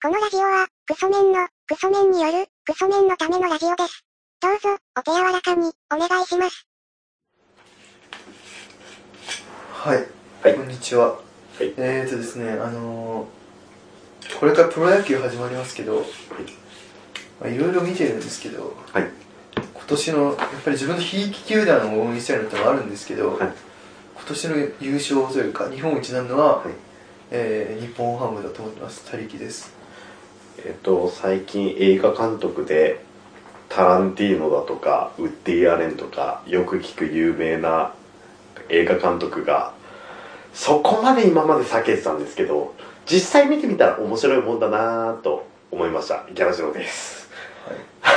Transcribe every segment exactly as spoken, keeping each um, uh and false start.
このラジオは、クソメンの、クソメンによる、クソメンのためのラジオです。どうぞ、お手柔らかに、お願いします。 はい、 はい、 こんにちは。 はい、 えーとですね、あのー、これからプロ野球始まりますけど、まあ、いろいろ見てるんですけど、 はい、 今年の、やっぱり自分のひいき球団を応援したいのってのもあるんですけど、はい、今年の優勝というか、日本一なのは、はい、えー、日本ハムだと思ってます。他力です。 えっと、最近映画監督でタランティーノだとかウッディ・アレンとかよく聞く有名な映画監督がそこまで今まで避けてたんですけど、実際見てみたら面白いもんだなぁと思いました。ギャラジロです。 はい、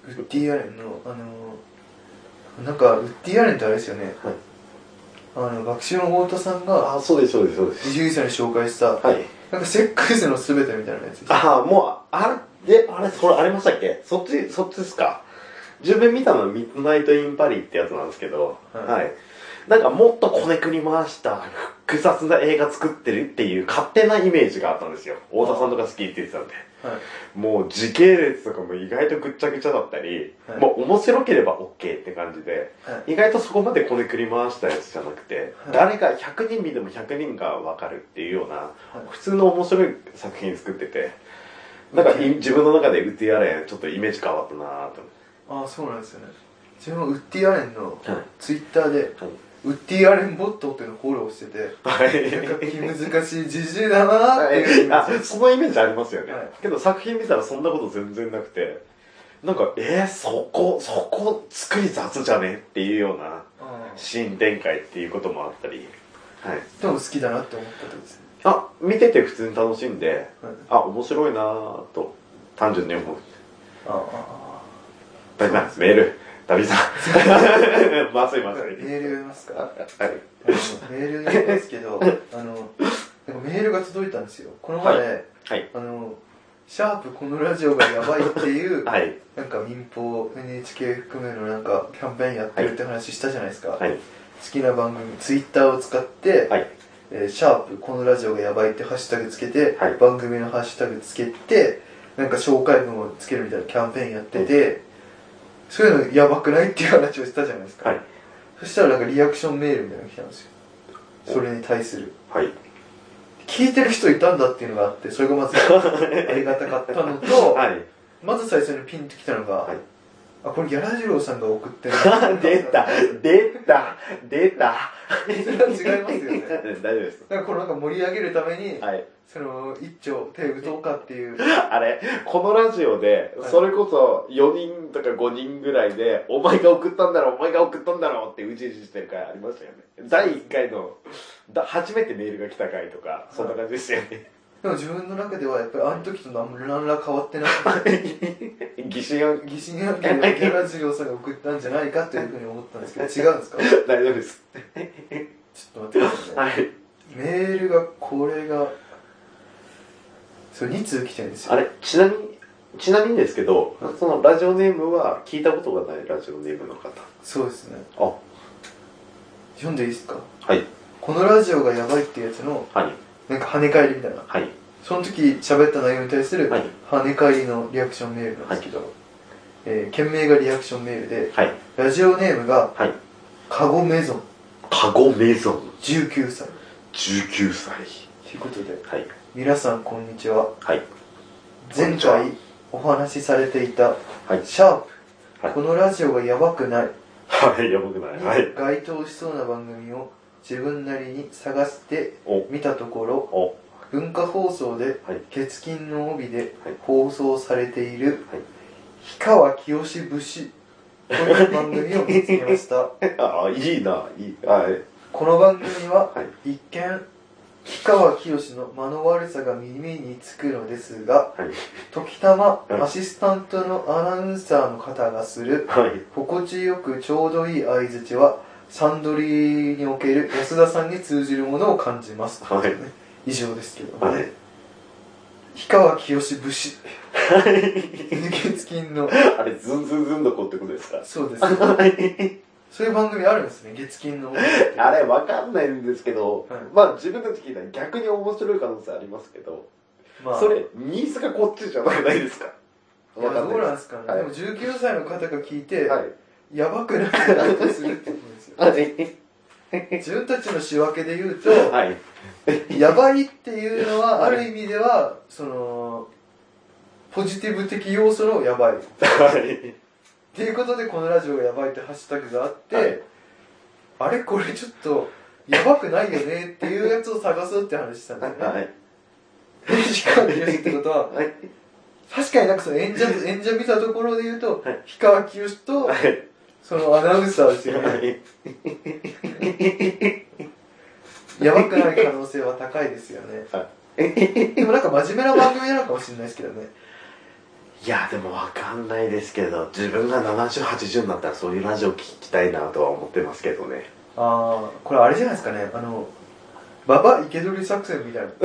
ウッディ・アレンの、あのー、なんかウッディ・アレンってあれですよね、はい、あの爆笑の太田さんが、 あ、そうですそうですそうです、 伊集院さんに紹介した、はい、なんかセックスのすべてみたいなやつです。 ああ、もうあれで、あれそれありましたっけ？そっちそっちですか？自分見たのはミッドナイト・イン・パリってやつなんですけど、はい、はい、なんかもっとこねくり回した複雑な映画作ってるっていう勝手なイメージがあったんですよ。太田さんとか好きって言ってたんで、はい、もう時系列とかも意外とぐっちゃぐちゃだったり、はい、もう面白ければ OK って感じで、はい、意外とそこまでこねくり回したやつじゃなくて、はい、誰かひゃくにん見てもひゃくにんが分かるっていうような、はい、普通の面白い作品作ってて、なんか自分の中でウッディ・アレンちょっとイメージ変わったなぁと思って。 ああ、そうなんですよね。自分もウッディ・アレンのツイッターで、はい、ウッディ・アレンボットっていうのをフォローしてて、はい、なんか気難しいじじいだなーっていう、 はい、あ、そのイメージありますよね、はい、けど作品見たらそんなこと全然なくて、なんかえー、そこそこ作り雑じゃねっていうようなシーン展開っていうこともあったり、 はい、でも好きだなって思ったとですね。 あ、見てて普通に楽しんで、はい、あ、面白いなぁと単純に思う。ああ、大丈夫、メールダビさんまずいまずい。 メール読みますか？はい、メール読みますけど、あのメールが届いたんですよこの前、はいはい、あのシャープこのラジオがやばいっていう、はい、なんか民放 エヌエイチケー 含めのなんかキャンペーンやってるって話したじゃないですか、はい、好きな番組ツイッターを使って、はい、えー、シャープこのラジオがやばいってハッシュタグつけて、はい、番組のハッシュタグつけてなんか紹介文をつけるみたいなキャンペーンやってて、うん、そういうのやばくないっていう話をしたじゃないですか、はい、そしたらなんかリアクションメールみたいなのが来たんですよ、それに対する、はい、聞いてる人いたんだっていうのがあって、それがまずありがたかったのと、はい、まず最初にピンときたのが、はい、あ、これギャラ次郎さんが送ってる出た出た出たそれは違いますよね大丈夫です。 だからこのなんか盛り上げるために、はい、その一丁手打とうかっていうあれこのラジオでそれこそよにんとかごにんぐらいで、お前が送ったんだろうお前が送ったんだろうってうじうじしてる回ありましたよね。だいいっかいのだ初めてメールが来た回とかそんな感じですよね、はい、 でも自分の中ではやっぱりあの時と何ら変わってなくて疑心暗疑心暗鬼でギャラ次郎さんが送ったんじゃないかというふうに思ったんですけど違うんですか？ 大丈夫ですちょっと待ってくださいね、はい、メールがこれがそれに通来てるんですよ。 あれちなみにちなみにですけど、そのラジオネームは聞いたことがないラジオネームの方。 そうですね。 あ、 読んでいいですか？ はい。 このラジオがやばいっていうやつの、はい、なんか跳ね返りみたいな、はい、その時喋った内容に対する跳ね返りのリアクションメールなんですけど、はい、えー、件名がリアクションメールで、はい、ラジオネームが、はい、カゴメゾン。 カゴメゾン。 じゅうきゅうさい。 じゅうきゅうさい。 ということで、 はい、 皆さんこんにちは。 はい、 前回お話しされていた、はい、シャープ、はい、このラジオがやばくない。 はい、やばくない。はい。 該当しそうな番組を自分なりに探してみたところ、文化放送で月金の帯で放送されている氷川きよし節という番組を見つけました。 ああ、いいな、いい。はい。 この番組は一見氷川きよしの間の悪さが耳につくのですが、はい、時たまアシスタントのアナウンサーの方がする、はい、心地よくちょうどいい相づちはサンドリーにおける安田さんに通じるものを感じます、はい、以上ですけど、はい、氷川きよし節月金のあれズンズンズンの子ってことですか？ そうですねそういう番組あるんですね、月金のあれわかんないんですけど、はい、まあ自分たち聞いたら逆に面白い可能性ありますけど、 まあ、それニーズがこっちじゃなくないですか。 いや、どうなんですかね、はい、でもじゅうきゅうさいの方が聞いて、はい、やばくないなとするってことですよ。自分たちの仕分けで言うと、はい、やばいっていうのはある意味ではそのポジティブ的要素のやばい、はい、っていうことでこのラジオがやばいってハッシュタグがあって、はい、あれこれちょっとやばくないよねっていうやつを探そうって話したんですよね。はい、しかもってことは、はい、確かになんかその演者演者見たところで言うと、はい、氷川きよしと、はい、そのアナウンサーですよね。はい、やばくない可能性は高いですよね。はい、でもなんか真面目な番組なのかもしれないですけどね。 いやでもわかんないですけど、自分がななじゅう、はちじゅうになったらそういうラジオ聞きたいなとは思ってますけどね。ああ、これあれじゃないですかね、あのババ生け捕り作戦みたいな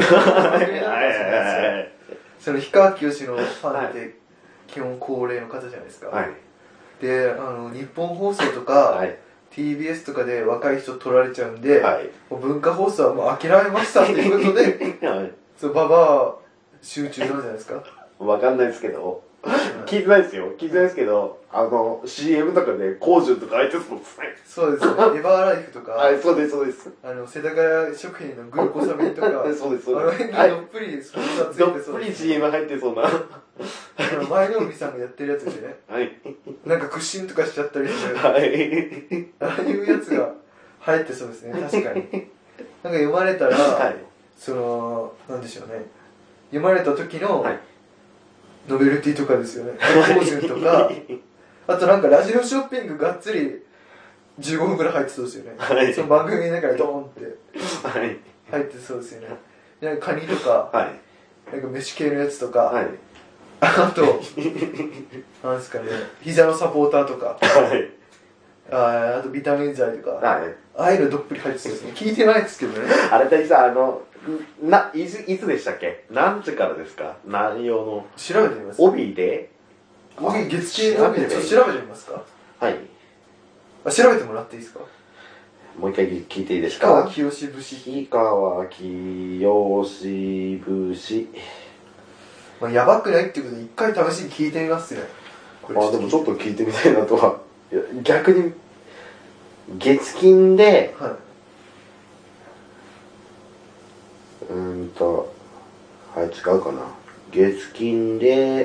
その氷川きよしのファンって基本高齢の方じゃないですか。はい、で、あの日本放送とか、はい、ティービーエス とかで若い人取られちゃうんで、はい、もう文化放送はもう諦めましたっていうことで、はい、そうババア集中なんじゃないですか。 わかんないですけど、聞いてないですよ。聞いてないですけど、あの シーエム とかでコージュンとか相手そうですね。 そうですね。エバーライフとか、 はい、そうですそうです。 あの世田谷食品のグルコサミンとか、 そうですそうです。 あの辺にどっぷりスポンサーついてそうです。 どっぷり シーエム 入ってそうな。 あの前の海さんがやってるやつでね。はい。なんか屈伸とかしちゃったりして、はい。ああいうやつが入ってそうですね。確かに。なんか読まれたら、はい、そのなんでしょうね。読まれた時の、はい、ノベルティとかですよね。コージュンとか、あとなんかラジオショッピングがっつりじゅうごふんくらい入ってそうですよね。はい、その番組の中にドーンって入ってそうですよね。なんかカニとか、はい、なんか飯系のやつとか、はい、あと、なんですかね、膝のサポーターとか、はい、あ, あとビタミン剤とか、はい、ああいうのどっぷり入ってそうですね。聞いてないですけどね。 あれださ、あの、ないつ、いつでしたっけ？何時からですか？内容の。 調べてみます。 帯で帯、月金の帯でちょっと調べてみますか？はい。あ、調べてもらっていいですか？ もう一回聞いていいですか？ 氷川きよし節。 氷川きよし節。 まあ、やばくないっていうことで一回試しに聞いてみますね。 ああ、でもちょっと聞いてみたいなとは。いや逆に、月金で、はい、うーんと、はい、違うかな。月金で、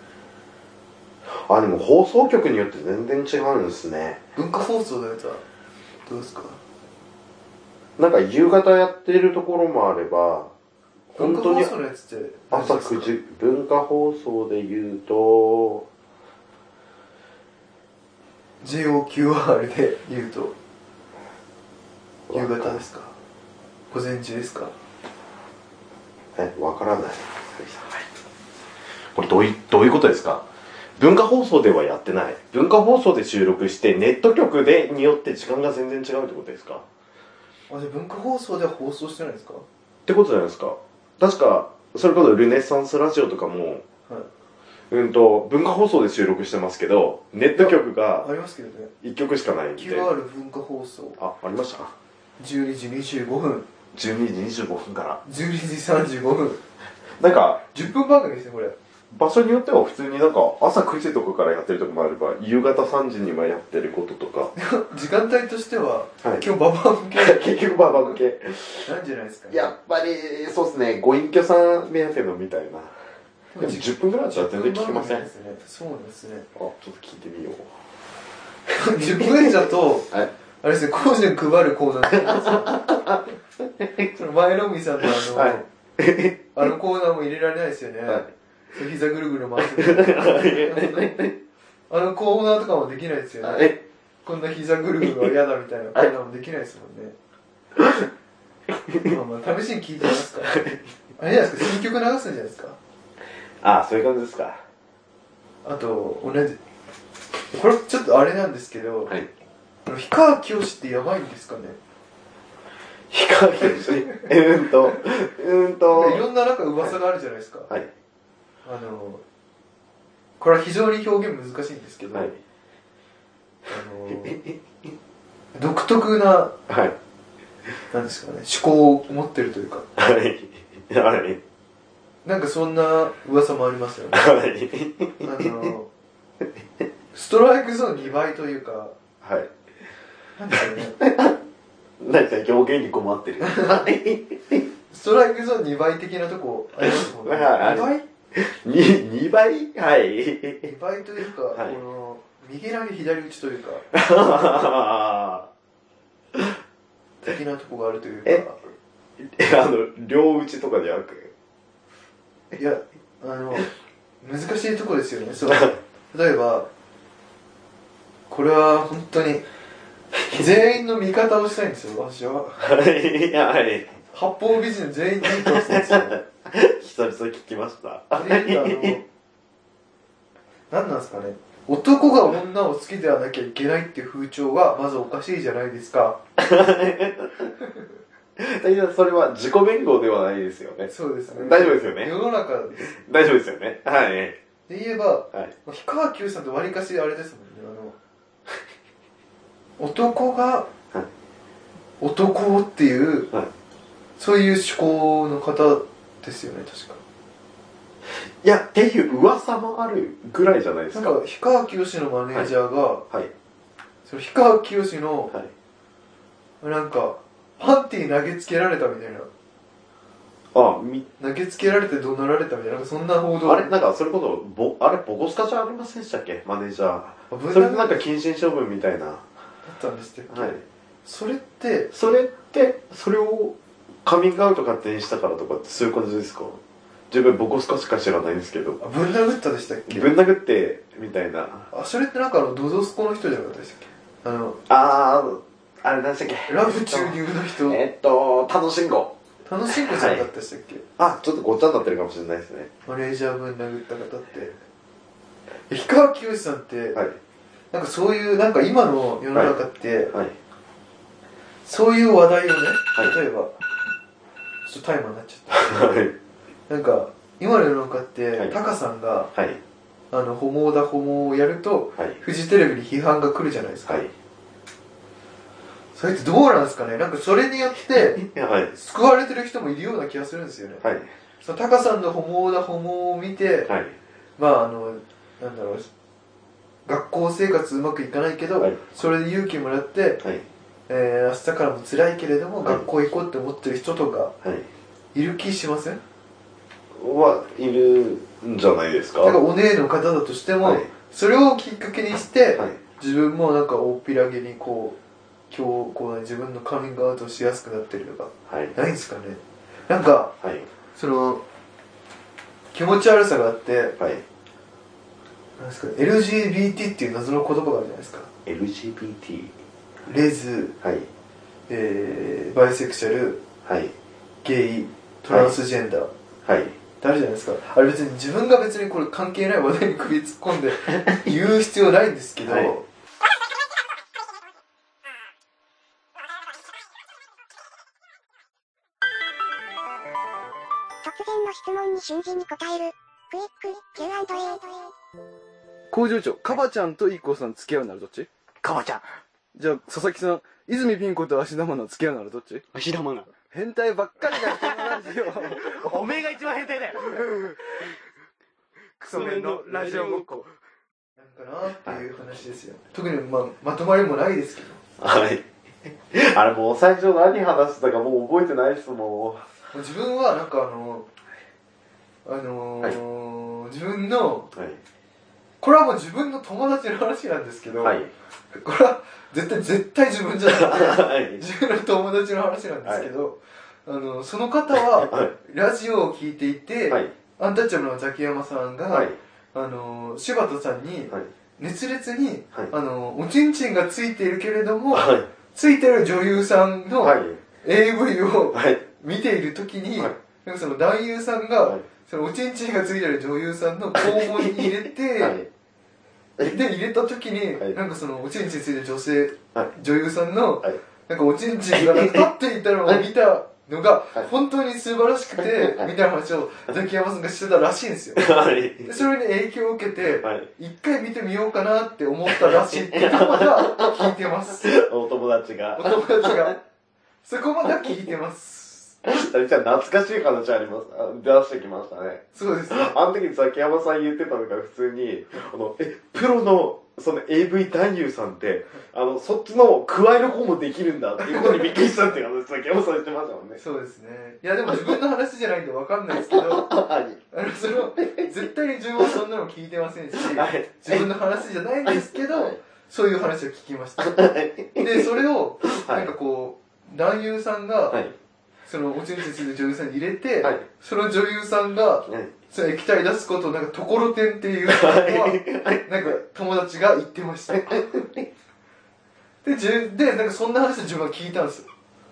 あ、でも放送局によって全然違うんですね。 文化放送のやつはどうですか？ なんか夕方やってるところもあれば、 本当に朝くじ、文化放送で言うと、 ジェイオーキューアール で言うと、夕方ですか？午前中ですか？ え、わからない。はい。これどういう、どういうことですか？文化放送ではやってない。文化放送で収録して、ネット局でによって時間が全然違うってことですか？ あ、じゃあ文化放送では放送してないですか？ ってことじゃないですか。確か、それこそルネッサンスラジオとかも、はい、うんと、文化放送で収録してますけど、ネット局が、 ありますけどね。 いっきょくしかないんで。 キューアール 文化放送。 あ、ありました。 じゅうにじにじゅうごふん。 じゅうにじにじゅうごふんから。 じゅうにじさんじゅうごふん。 なんか、 じゅっぷん番組ですね、これ。 場所によっては普通になんか朝くじとかからやってるとこもあれば夕方さんじにもやってることとか時間帯としては、はい、今日ババア向け結局ババア向けなんじゃないですかね。 やっぱりそうですね、ご隠居さん目当てのみたいな。でもじゅっぷんぐらいだったら全然聞きません。 そうなんですね。 あ、ちょっと聞いてみようじゅっぷん以上だと、はい、あれですね、工事に配るコーナーその前の海さんのあの、はい、あのコーナーも入れられないですよね。はい、膝ぐるぐる回してあのコーナーとかもできないですよね。こんな膝ぐるぐるは嫌だみたいなコーナーもできないですもんね。まあまあ試しに聞いてみますか。あれじゃないですか、新曲流すんじゃないですか。 ああ、そういう感じですか。 あと同じこれちょっとあれなんですけど、はい、氷川きよしってやばいんですかね。 氷川きよしうんとうんといろんななんか噂があるじゃないですか。はい。あのこれは非常に表現難しいんですけど、はい、あの独特な、はい、なんですかね、思考を持ってるというか、はいはい、 なんかそんな噂もありますよね。はい。あの、ストライクゾーンにばいというか、 はい。 なんですよね。 何か表現に困ってる。 ストライクゾーンにばい的なとこありますもんね。にばいに, ばいはい。 にばいというか、はい、この、右投げ左打ちというか、的なとこがあるというか。 え、あの、両打ちとかじゃなくいや、あの、難しいとこですよね。そう。例えば、これは本当に、全員の味方をしたいんですよ、私は。はい、はい。八方美人全員にいい顔してるんですよ。 久々聞きました。 あの、何なんですかね。男が女を好きではなきゃいけないっていう風潮は、まずおかしいじゃないですか。 それは自己弁護ではないですよね。 そうですね。 大丈夫ですよね。 世の中です。 大丈夫ですよね。はい。 で言えば、はい、氷川きよしさんとわりかしあれですもんね。あの男が、はい、男っていう、はい、そういう思考の方ですよね、確か。 いや、っていう噂もあるぐらいじゃないですか。 なんか、氷川きよしのマネージャーが、はいはい、その氷川きよしの、はい、なんか、パンティー投げつけられたみたいな。ああ、み投げつけられて怒鳴られたみたいな、なんかそんな報道。 あれなんかそれこそ、ぼ、あれ、ボコスカじゃありませんでしたっけマネージャー。それでなんか謹慎処分みたいな。だったんでしたっけ。 はい。 それって、 それって、それをカミングアウト勝手にしたからとかってそういう感じですか？自分ボコスカしか知らないんですけど。 あ、ぶん殴ったでしたっけ？ ぶん殴って、みたいな。 あ、それってなんかあの、ドドスコの人じゃなかったでしたっけ？あの、 あー、あれ何でしたっけ？ ラブ注入の人。 えっと、楽しんご。 楽しんごじゃなかったでしたっけ？ あ、ちょっとごっちゃになってるかもしれないですね。 マネージャー分殴った方って。氷川きよしさんって、はい、なんかそういう、なんか今の世の中って、はいはい、そういう話題をね、はい、例えば、ちょっとタイマーになっちゃった。はい、なんか、今の世の中って、はい、タカさんが、はい、あの、ホモだホモをやると、はい、フジテレビに批判が来るじゃないですか。はい、それってどうなんですかね。なんかそれによって救われてる人もいるような気がするんですよね。はい、そのタカさんのホモだホモを見て、はい、まああのなんだろう、学校生活うまくいかないけど、はい、それで勇気もらって、はい、えー、明日からも辛いけれども、はい、学校行こうって思ってる人とか、はい、いる気しません？ はいるんじゃないですか。 なんかお姉の方だとしても、はい、それをきっかけにして、はい、自分もなんか大っぴらげにこう今日こう自分のカミングアウトしやすくなってるとか、はい、ないんですかね。なんか、はい、その気持ち悪さがあって、はい、なんですか エルジービーティー っていう謎の言葉があるじゃないですか。 エルジービーティーレズ、はい、えー、バイセクシャル、はい、ゲイ、トランスジェンダー、はい、ってあるじゃないですか。あれ別に自分が別にこれ関係ない話題に首突っ込んで言う必要ないんですけど、はい、 突然の質問に瞬時に答えるクイック キューアンドエー。 工場長、カバちゃんとイーコさん付き合うならどっち？ カバちゃん。 じゃあ佐々木さん、泉ピン子と芦田愛菜付き合うならどっち？ 芦田愛菜。 変態ばっかりが人なんですよ。 おめえが一番変態だよ。クソメンのラジオごっこ。 なんかなっていう話ですよ。特にまあまとまりもないですけど。 はい。あれもう最初何話したかもう覚えてないですもん。自分はなんかあのあのーはい、自分の、はい、これはもう自分の友達の話なんですけど、はい、これは絶対絶対自分じゃなくて、はい、自分の友達の話なんですけど、はい、あのその方は、はい、ラジオを聞いていて、はい、アンタッチャブルのザキヤマさんが、はい、あの柴田さんに、はい、熱烈に、はい、あのおちんちんがついているけれども、はい、ついてる女優さんの エーブイ を、はい、見ているときに、はい、なんかその男優さんが、はい、そのおちんちんがついてる女優さんの肛門に入れて、はい、で入れたときに、はい、なんかそのおちんちんついてる女性、はい、女優さんの、はい、なんかおちんちんが立っていたのを見たのが、はい、本当に素晴らしくて、はい、みたいな話をザキヤマさんがしてたらしいんですよ。はい、でそれに影響を受けて、はい、一回見てみようかなって思ったらしいってまだ聞いてます。 お友達が。 お友達が。そこまでは聞いてます。 じゃあ懐かしい話あります。出してきましたね。 そうですね。 あの時崎山さん言ってたのが普通に、あの、え、プロの、その エーブイ 男優さんって、あの、そっちの加える方もできるんだっていうことにびっくりしたっていう話、崎山さん言ってましたもんね。 そうですね。いやでも自分の話じゃないんでわかんないですけど、あの、その、絶対に自分はそんなの聞いてませんし、自分の話じゃないんですけど、そういう話を聞きました。で、それを、なんかこう、男優さんが、その、おちんちんする女優さんに入れて、その女優さんが、その液体出すことをなんかところてんっていうのは、なんか友達が言ってました。で、じゅで、なんかそんな話を自分は聞いたんですよ。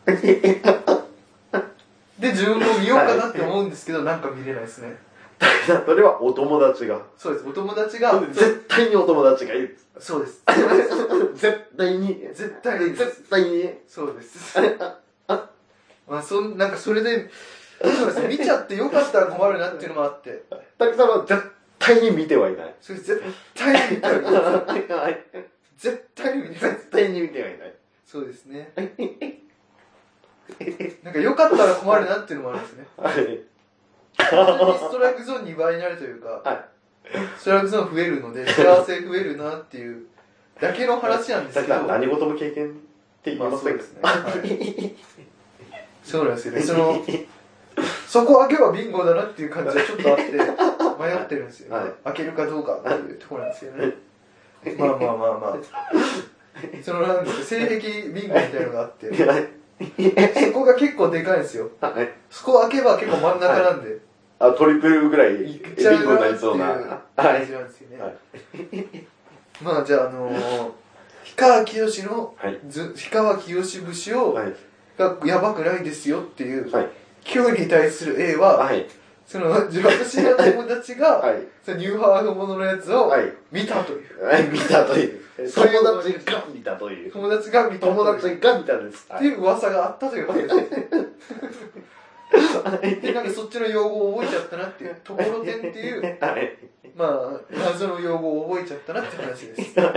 で、自分も見ようかなって思うんですけど、なんか見れないですね。 それはお友達が。 そうです、お友達が。 絶対にお友達がいる。 そうです。 絶対に。 絶対に。 絶対に。 そうです。まあ、そん、なんかそれで、そうですね、見ちゃってよかったら困るなっていうのもあって。 たくさんは絶対に見てはいない。 それ絶対に見てはいない。絶対に見てはいない。 絶対に見てはいない。 そうですね。なんかよかったら困るなっていうのもあるんですね。はい。本当にストライクゾーンにばいになるというか、はい、ストライクゾーン増えるので、幸せ増えるなっていうだけの話なんですけど。 何事も経験って言いますね。 そうですね。はい。そうなんですよね。その、そこ開けばビンゴだなっていう感じはちょっとあって、迷ってるんですよね。はい、開けるかどうかっていうところなんですよね。まあまあまあまあ。そのなんですか、性癖ビンゴみたいなのがあって、そこが結構でかいんですよ。はい、そこ開けば結構真ん中なんで。はい、 あ、トリプルぐらいビンゴになりそうな感じなんですよね。はい、まあじゃあ、あのー、氷川きよしの、はい、氷川きよし節を、はい、がやばくないですよっていう、はい、Q に対する A は、はい、その私の友達が、はい、そのニューハーフもののやつを見たという。 はい、見たという。友達が見たという。 友達が見た。 友達が見たんです。 っていう噂があったという話です。で、なんかそっちの用語を覚えちゃったなっていう、ところてんっていう、はい、まあ、謎の用語を覚えちゃったなって話です。はい、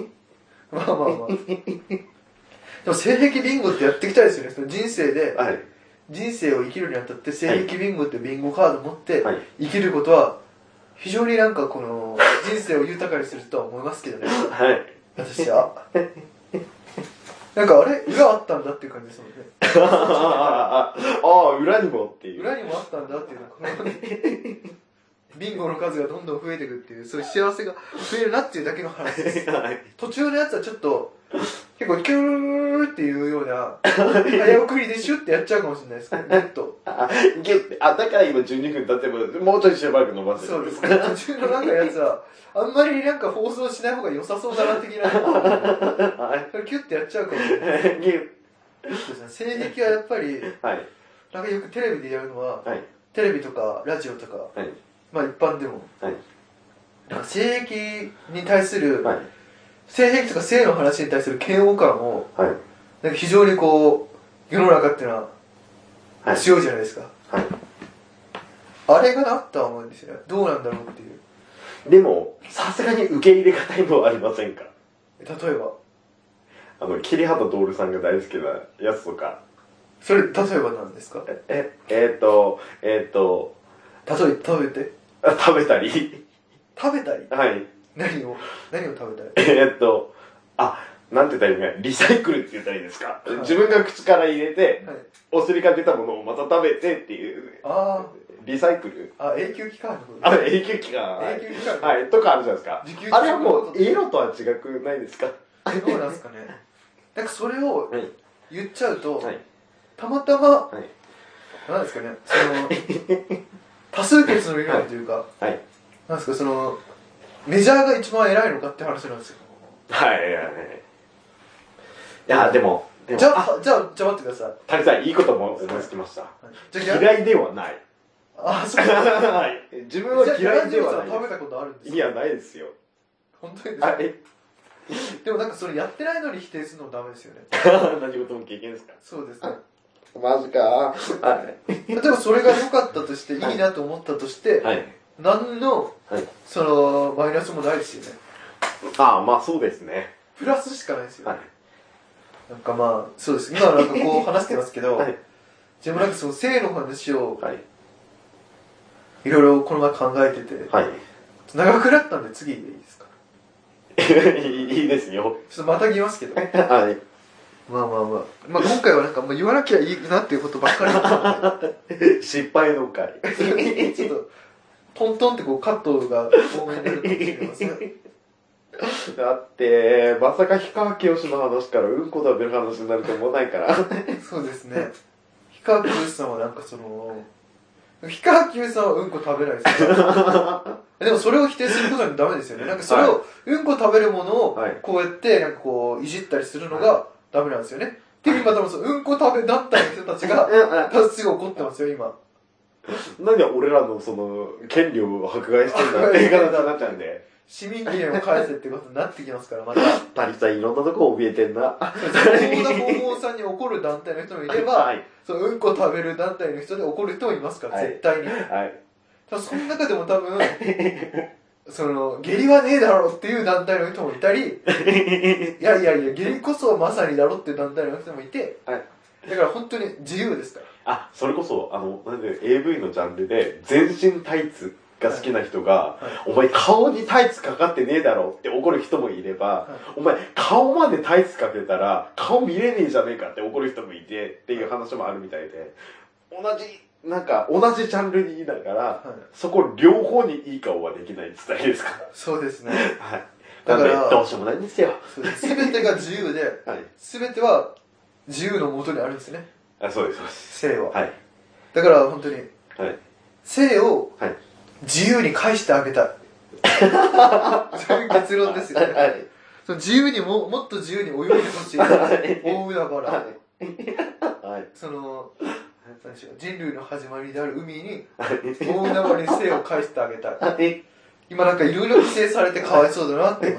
まあまあまあ。でも性癖ビンゴってやっていきたいですよね。その人生で、はい、人生を生きるにあたって性癖ビンゴってビンゴカードを持って生きることは非常になんかこの人生を豊かにするとは思いますけどね。はい。私は。なんかあれ裏あったんだっていう感じですもんね。 ああ、裏にもっていう。 裏にもあったんだっていうのこのビンゴの数がどんどん増えていくっていう、そういう幸せが増えるなっていうだけの話です。はい、途中のやつはちょっと、結構キューっていうような、早送りでシュッてやっちゃうかもしれないですけど、ギュッと。 あ、ギュッて、あ、だから今じゅうにふん経っても、もうちょいしばらく伸ばす。 そうですね。途中のなんかやつは、あんまりなんか放送しない方が良さそうだな的な。それキュッてやっちゃうかもしれない。ギュッ。性癖はやっぱり、はい、なんかよくテレビでやるのは、はい、テレビとかラジオとか、はい、まあ一般でも、はい、なんか性癖に対する、はい、性癖とか性の話に対する嫌悪感を、はい、なんか非常にこう世の中っていうのは強いじゃないですか、はい、あれがあったと思うんですよね。どうなんだろうっていう。 でもさすがに受け入れがたいのはありませんか。 例えばあの桐畑徹さんが大好きなやつとか。 それ例えば何ですか。 えええー、っとえー、っと例え食べて食べたり食べたり、 はい、 何を何を食べたりえー、っとあなんて言ったらいいのかリサイクルって言ったらいいですか、はい、自分が口から入れて、はい、お尻から出たものをまた食べてっていうあリサイクルあ永久期間のあ永久期間永久期間はいとかあるじゃないですか。あれはもうエロとは違くないですか。 どうなんですかね。なんかそれを言っちゃうと、はい、たまたま、はい、なんですかねその多数決の理論というか、はい、なんですかそのメジャーが一番偉いのかって話なんですよ。 はいはいはい。いやでもじゃあじゃあじゃあ待ってください。 谷さんいいことも思いつきました。はい、じゃ嫌いではない。 あそうですね。 はい。自分は嫌いではない。 食べたことあるんですか。 いやないですよ。 本当にですか。でもなんかそれやってないのに否定するのもダメですよね。 何事も経験ですか。 そうですね。 マジか。はい。 例えばそれが良かったとして、いいなと思ったとして、はい、何の、はい、そのマイナスもないですよね。 ああまあそうですね。 プラスしかないですよ。はい、なんかまあそうです。今なんかこう話してますけど、はい、 じゃあなんかその性の話を、はい。いろいろこの前考えてて、はい。長くなったんで次でいいですか？ いいですよ。 ちょっとまたぎますけど。はい。まあまあまあ。まあ今回はなんかもう言わなきゃいいなっていうことばっかりだった失敗の回。 ちょっと、トントンってこうカットが多めになるかもしれません。 だって、まさか氷川きよしの話からうんこ食べる話になると思わないから。 そうですね。氷川きよしさんはなんかその、氷川きよしさんはうんこ食べないですよ。でもそれを否定することにダメですよね。なんかそれを、うんこ食べるものをこうやってなんかこういじったりするのがダメなんですよね。っていう今多分そのうんこ食べ団体の人たちがすごい怒ってますよ今。 なんで俺らのその権利を迫害してんだっていう形になっちゃうんで。 市民権を返せってことになってきますからまた。 タリさんいろんなとこ怯えてんな。 そうですね。大田訪問さんに怒る団体の人もいれば、はい、そのうんこ食べる団体の人で怒る人もいますから、はい、絶対に。はい。ただその中でも多分、その、下痢はねえだろっていう団体の人もいたり、いやいやいや、下痢こそまさにだろっていう団体の人もいて、はい、だから本当に自由ですから。 あ、それこそ、あの、なんで エーブイ のジャンルで、全身タイツが好きな人が、はいはい、お前顔にタイツかかってねえだろって怒る人もいれば、はい、お前顔までタイツかけたら、顔見れねえじゃねえかって怒る人もいて、っていう話もあるみたいで、同じ、なんか、同じジャンルにいながら、はい、そこ両方にいい顔はできないって言ったらいいですか？ そうですね。 はい。だから、どうしようもないんですよ。 すべてが自由で、すべ、はい、ては自由のもとにあるんですね。 あ、そうです、そうです。 性は。 はい。 だから本当に、はい、性を自由に返してあげたい。はい、そういう結論ですよね。はい、その自由にも、もっと自由に泳いでほしい。大海原。はい。その、人類の始まりである海に、大海原に性を返してあげたい。今なんかいろいろ規制されてかわいそうだなって思って。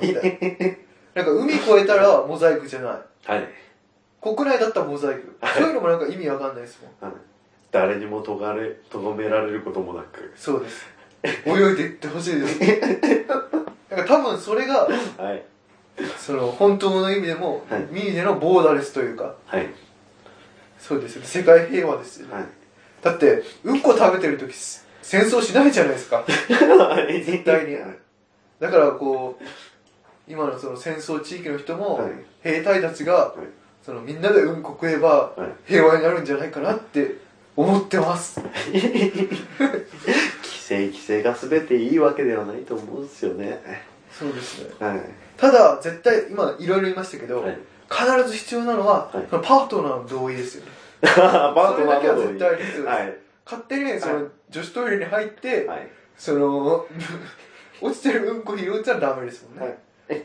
なんか海越えたらモザイクじゃない。はい。国内だったらモザイク。そういうのもなんか意味わかんないですもん。はい、 誰にもとがれ、とどめられることもなく。 そうです。泳いでいってほしいです。なんか多分それが、はい、その本当の意味でも、はい、ミーネのボーダレスというか、はい、そうですよね。世界平和ですよね。はい、だって、うんこ食べてるとき戦争しないじゃないですか。絶対に。だからこう、今のその戦争地域の人も、はい、兵隊たちが、はい、そのみんなでうんこ食えば平和になるんじゃないかなって思ってます。 規制規制が全ていいわけではないと思うんですよね。 そうですね。はい、ただ絶対今いろいろ言いましたけど、はい、必ず必要なのは、はい、そのパートナーの同意ですよね。パートナーの同意。それだけは絶対必要です。はい、勝手にね、その女子トイレに入って、はい、その落ちてるうんこ拾うってのはダメですもんね。はい、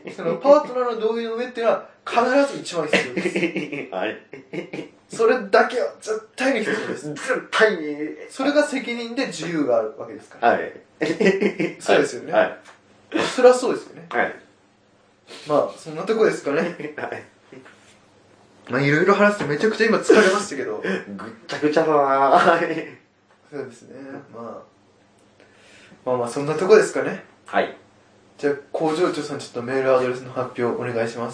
そのパートナーの同意の上っていうのは必ず一番必要です。はい。それだけは絶対に必要です。 絶対に。 それが責任で自由があるわけですから。 はい。 そうですよね。 はい。 それはそうですよね。 はい。 まあ、そんなとこですかね。はい。まあ、いろいろ話してめちゃくちゃ今疲れましたけど。 ぐっちゃぐちゃだなぁ。 そうですね。まあ。まあまあ、そんなとこですかね。 はい。 じゃあ、工場長さんちょっとメールアドレスの発表お願いします。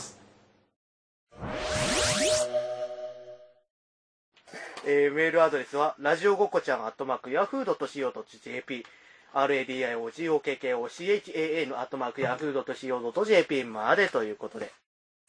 えー、メールアドレスは、ラジオごこちゃんアットマークヤフードとシーオードットジェーピー、ラディオゴッコちゃんアットマークヤフードとシーオードットジェーピー までということで。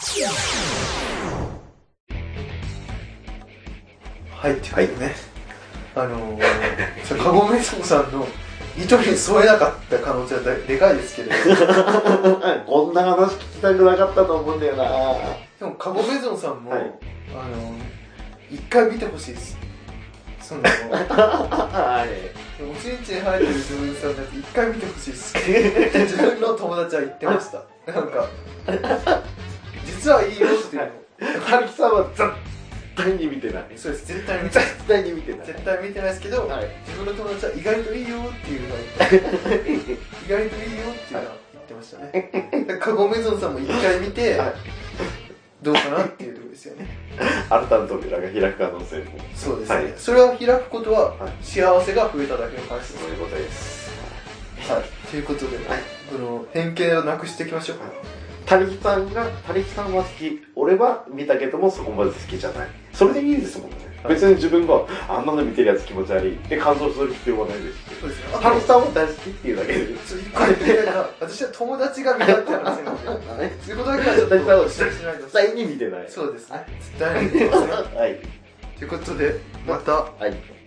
はい、っていうね。はい、あのー、カゴメソコさんの糸に添えなかった可能性はでかいですけどこんな話聞きたくなかったと思うんだよな。 でもカゴメゾンさんも、はい、あの一回見てほしいです。そのはい、おちんちん生えてる女優さんのやつ一回見てほしいです自分の友達は言ってました。なんか実はいいよっていうのハルキさんは絶対に見てない。 そうです、絶対に見てない。 絶対に見てない。 絶対見てないですけど、はい、自分の友達は意外といいよっていうのを言って意外といいよっていうのは言ってましたね。カゴメゾンさんも一回見て、はい、どうかなっていうところですよね。 新たな扉が開く可能性も。 そうですね、はい、それを開くことは、はい、幸せが増えただけの話です。 そういうことです。 はい、ということで、はい、この偏見をなくしていきましょう。 タリキさんが、タリキさんは好き、俺は見たけどもそこまで好きじゃない。 それでいいですもんね。別に自分があんなの見てるやつ気持ち悪いって感想する必要はないですし、 そうですね。 ハムスターも大好きっていうだけで、 これって私は友達が見たって話なんですよ。そういうことだけはちょっと絶対に見てない。 そうですね。絶対に見てますね。 はい。 ということで、また、 はい。